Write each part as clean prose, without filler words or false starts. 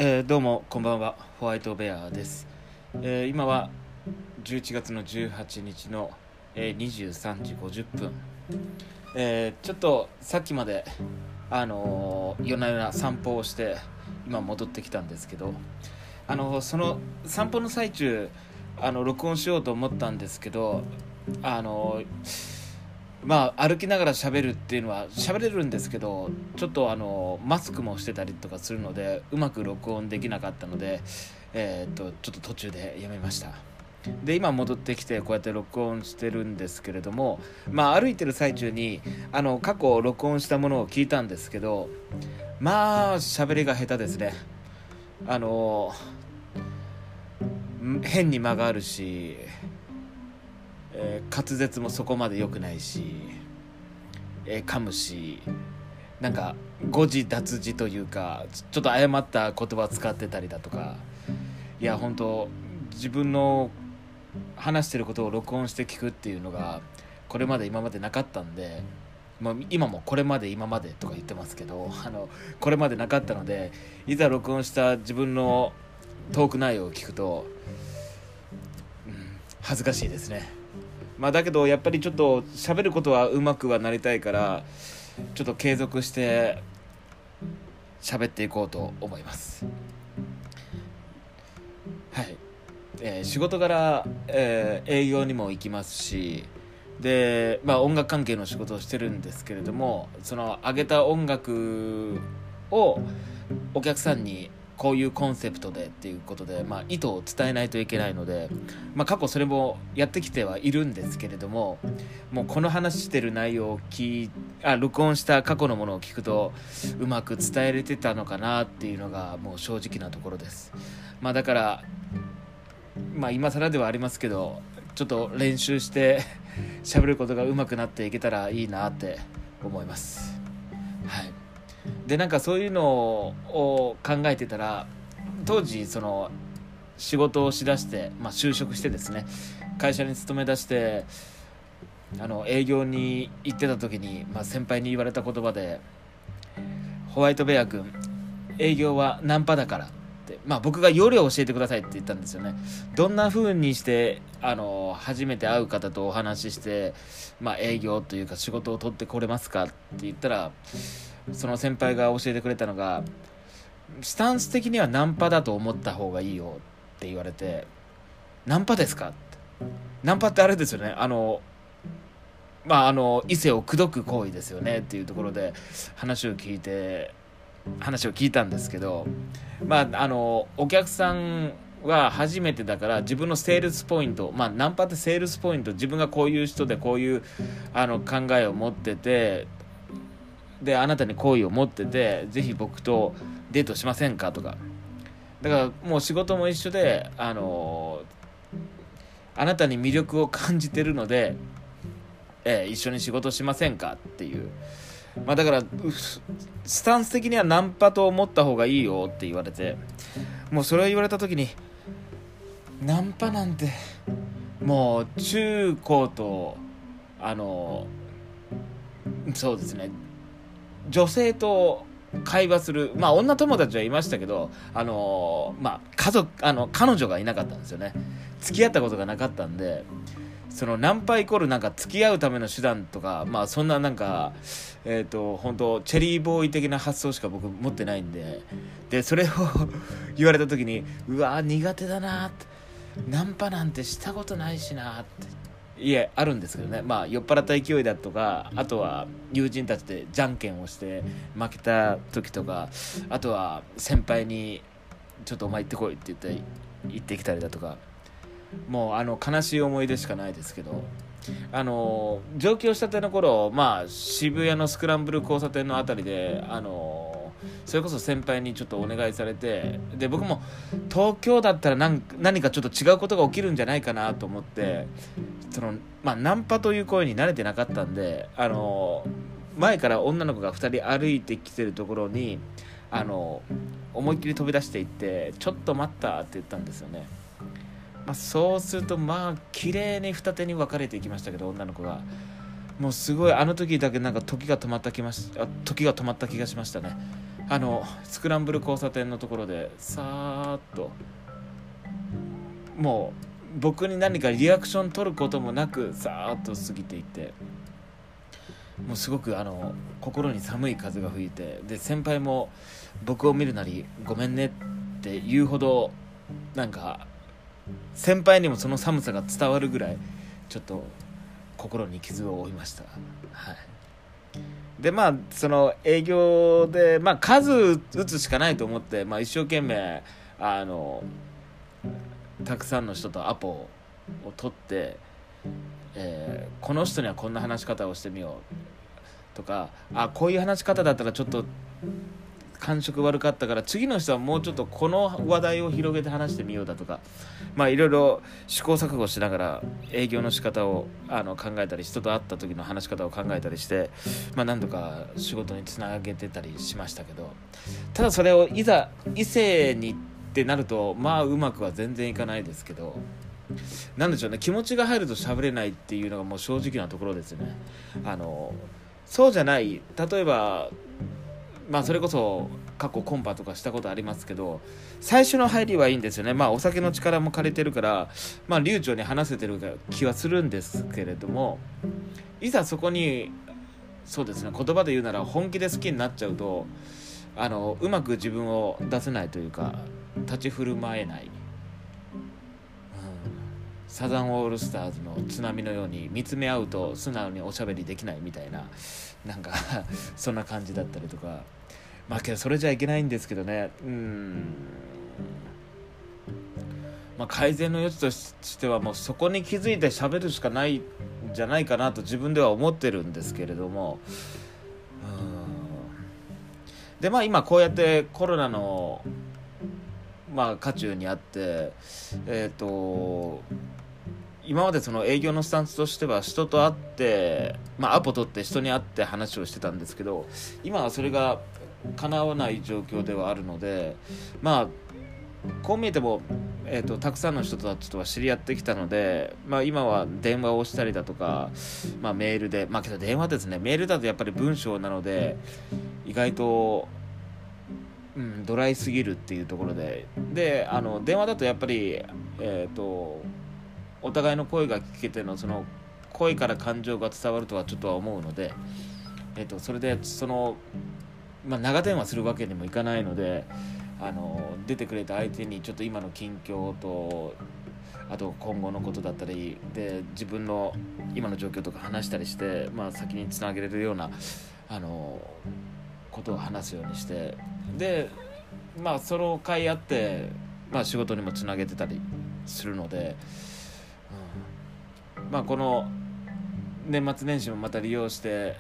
どうもこんばんは、ホワイトベアです。今は11月の18日の、23時50分、ちょっとさっきまで、夜な夜な散歩をして今戻ってきたんですけど、その散歩の最中録音しようと思ったんですけど、歩きながら喋るっていうのは喋れるんですけど、ちょっとマスクもしてたりとかするのでうまく録音できなかったので、ちょっと途中でやめました。で今戻ってきてこうやって録音してるんですけれども、歩いてる最中に過去録音したものを聞いたんですけど、喋りが下手ですね。変に間があるし、滑舌もそこまで良くないし、噛むし、なんか誤字脱字というかちょっと誤った言葉使ってたりだとか、いや本当自分の話してることを録音して聞くっていうのがこれまで今までなかったんで、今もこれまで今までとか言ってますけど、これまでなかったので、いざ録音した自分のトーク内容を聞くと、恥ずかしいですね。だけどやっぱりちょっと喋ることはうまくはなりたいから、ちょっと継続して喋っていこうと思います。はい。仕事柄、営業にも行きますし、で、音楽関係の仕事をしてるんですけれども、その上げた音楽をお客さんにこういうコンセプトでっていうことで、意図を伝えないといけないので、過去それもやってきてはいるんですけれども、もうこの話してる内容を録音した過去のものを聞くとうまく伝えれてたのかなっていうのがもう正直なところです。だから今更ではありますけど、ちょっと練習して喋ることが上手くなっていけたらいいなって思います。はい。でそういうのを考えてたら、当時その仕事をしだして、就職してですね、会社に勤め出して営業に行ってた時に、先輩に言われた言葉で、ホワイトベア君、営業はナンパだからって、僕が要領を教えてくださいって言ったんですよね。どんな風にして初めて会う方とお話しして、営業というか仕事を取ってこれますかって言ったら、その先輩が教えてくれたのが、スタンス的にはナンパだと思った方がいいよって言われて、ナンパですかって。ナンパってあれですよね、異性を口説く行為ですよねっていうところで話を聞いたんですけど、お客さんは初めてだから自分のセールスポイント、ナンパってセールスポイント、自分がこういう人でこういう考えを持ってて、であなたに好意を持ってて、ぜひ僕とデートしませんかとか、だからもう仕事も一緒で、あなたに魅力を感じてるので、一緒に仕事しませんかっていう、だからスタンス的にはナンパと思った方がいいよって言われて、もうそれを言われた時に、ナンパなんてもう中高とそうですね、女性と会話する、女友達はいましたけど、家族彼女がいなかったんですよね。付き合ったことがなかったんで、そのナンパイコール付き合うための手段とか、そんな本当チェリーボーイ的な発想しか僕持ってないんで、それを言われた時に、うわ苦手だなって、ナンパなんてしたことないしなって。いえ、あるんですけどね、酔っ払った勢いだとか、あとは友人たちでじゃんけんをして負けた時とか、あとは先輩にちょっとお前行ってこいって言って行ってきたりだとか、もう悲しい思い出しかないですけど、上京したての頃、渋谷のスクランブル交差点のあたりでそれこそ先輩にちょっとお願いされて、で僕も東京だったら何かちょっと違うことが起きるんじゃないかなと思って、ナンパという声に慣れてなかったんで、前から女の子が2人歩いてきてるところに思いっきり飛び出していって、ちょっと待ったって言ったんですよね。そうすると綺麗に二手に分かれていきましたけど、女の子がもうすごい、あの時だけ時が止まった気がしましたね。 スクランブル交差点のところでさーっと、もう僕に何かリアクション取ることもなくさーっと過ぎていって、もうすごく心に寒い風が吹いて、で先輩も僕を見るなりごめんねって言うほど、なんか先輩にもその寒さが伝わるぐらいちょっと心に傷を負いました。はい。でその営業で数打つしかないと思って、一生懸命たくさんの人とアポを取って、この人にはこんな話し方をしてみようとか、こういう話し方だったらちょっと感触悪かったから次の人はもうちょっとこの話題を広げて話してみようだとか、いろいろ試行錯誤しながら営業の仕方を考えたり、人と会った時の話し方を考えたりして、何度か仕事につなげてたりしましたけど、ただそれをいざ異性にってなるとうまくは全然いかないですけど、なんでしょうね、気持ちが入ると喋れないっていうのがもう正直なところですよね。そうじゃない、例えばそれこそ過去コンパとかしたことありますけど、最初の入りはいいんですよね。お酒の力も借りてるから流暢に話せてる気はするんですけれども、いざそこにそうですね、言葉で言うなら本気で好きになっちゃうとうまく自分を出せないというか、立ち振る舞えない、サザンオールスターズの津波のように見つめ合うと素直におしゃべりできないみたいな、なんかそんな感じだったりとか、けどそれじゃいけないんですけどね。改善の余地としてはもうそこに気づいて喋るしかないんじゃないかなと自分では思ってるんですけれども、で今こうやってコロナの渦中にあって、今までその営業のスタンスとしては人と会って、アポ取って人に会って話をしてたんですけど、今はそれが叶わない状況ではあるので、こう見えても、たくさんの人たちとは知り合ってきたので、今は電話をしたりだとか、メールで、けど電話ですね、メールだとやっぱり文章なので意外とドライすぎるっていうところで、電話だとやっぱりお互いの声が聞けてのその声から感情が伝わるとはちょっとは思うので、それでその長電話するわけにもいかないので、出てくれた相手にちょっと今の近況と、あと今後のことだったりで自分の今の状況とか話したりして、先につなげれるようなことを話すようにして、でその甲斐あって、仕事にもつなげてたりするので、この年末年始もまた利用して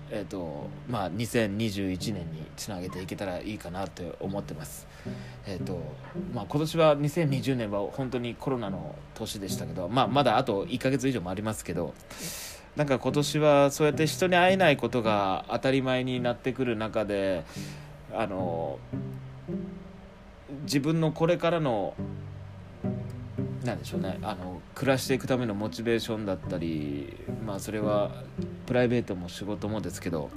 2021年につなげていけたらいいかなって思ってます。今年は2020年は本当にコロナの年でしたけど、まだあと1ヶ月以上もありますけど、なんか今年はそうやって人に会えないことが当たり前になってくる中で、自分のこれからのなんでしょうね、暮らしていくためのモチベーションだったり、それはプライベートも仕事もですけど、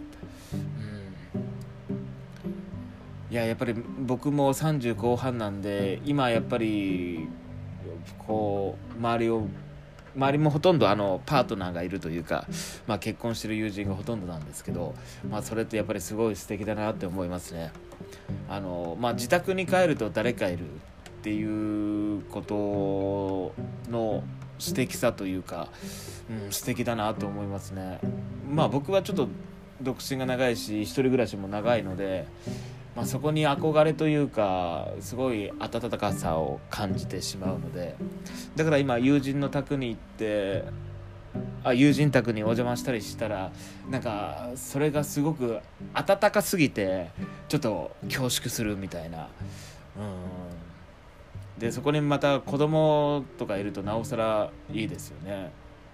やっぱり僕も30後半なんで、今やっぱりこう周りもほとんどパートナーがいるというか、結婚してる友人がほとんどなんですけど、それってやっぱりすごい素敵だなって思いますね。自宅に帰ると誰かいるっていうことの素敵さというか、素敵だなと思いますね。僕はちょっと独身が長いし一人暮らしも長いので、そこに憧れというかすごい温かさを感じてしまうので、だから今友人の宅に行って友人宅にお邪魔したりしたら、なんかそれがすごく温かすぎてちょっと恐縮するみたいな、でそこにまた子供とかいるとなおさらいいですよね。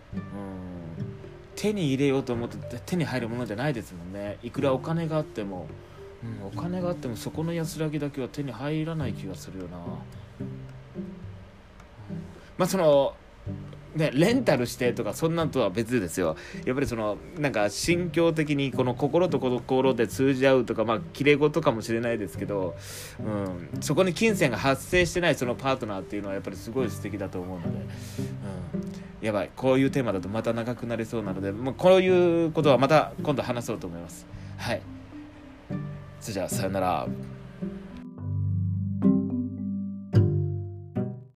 手に入れようと思って手に入るものじゃないですもんね。いくらお金があっても、お金があってもそこの安らぎだけは手に入らない気がするよな。そのね、レンタルしてとかそんなんとは別ですよ。やっぱりそのなんか心境的にこの心と心で通じ合うとか、まあ綺麗事かもしれないですけど、そこに金銭が発生してないそのパートナーっていうのはやっぱりすごい素敵だと思うので、やばい、こういうテーマだとまた長くなりそうなので、もうこういうことはまた今度話そうと思います。はい、それじゃあさよなら。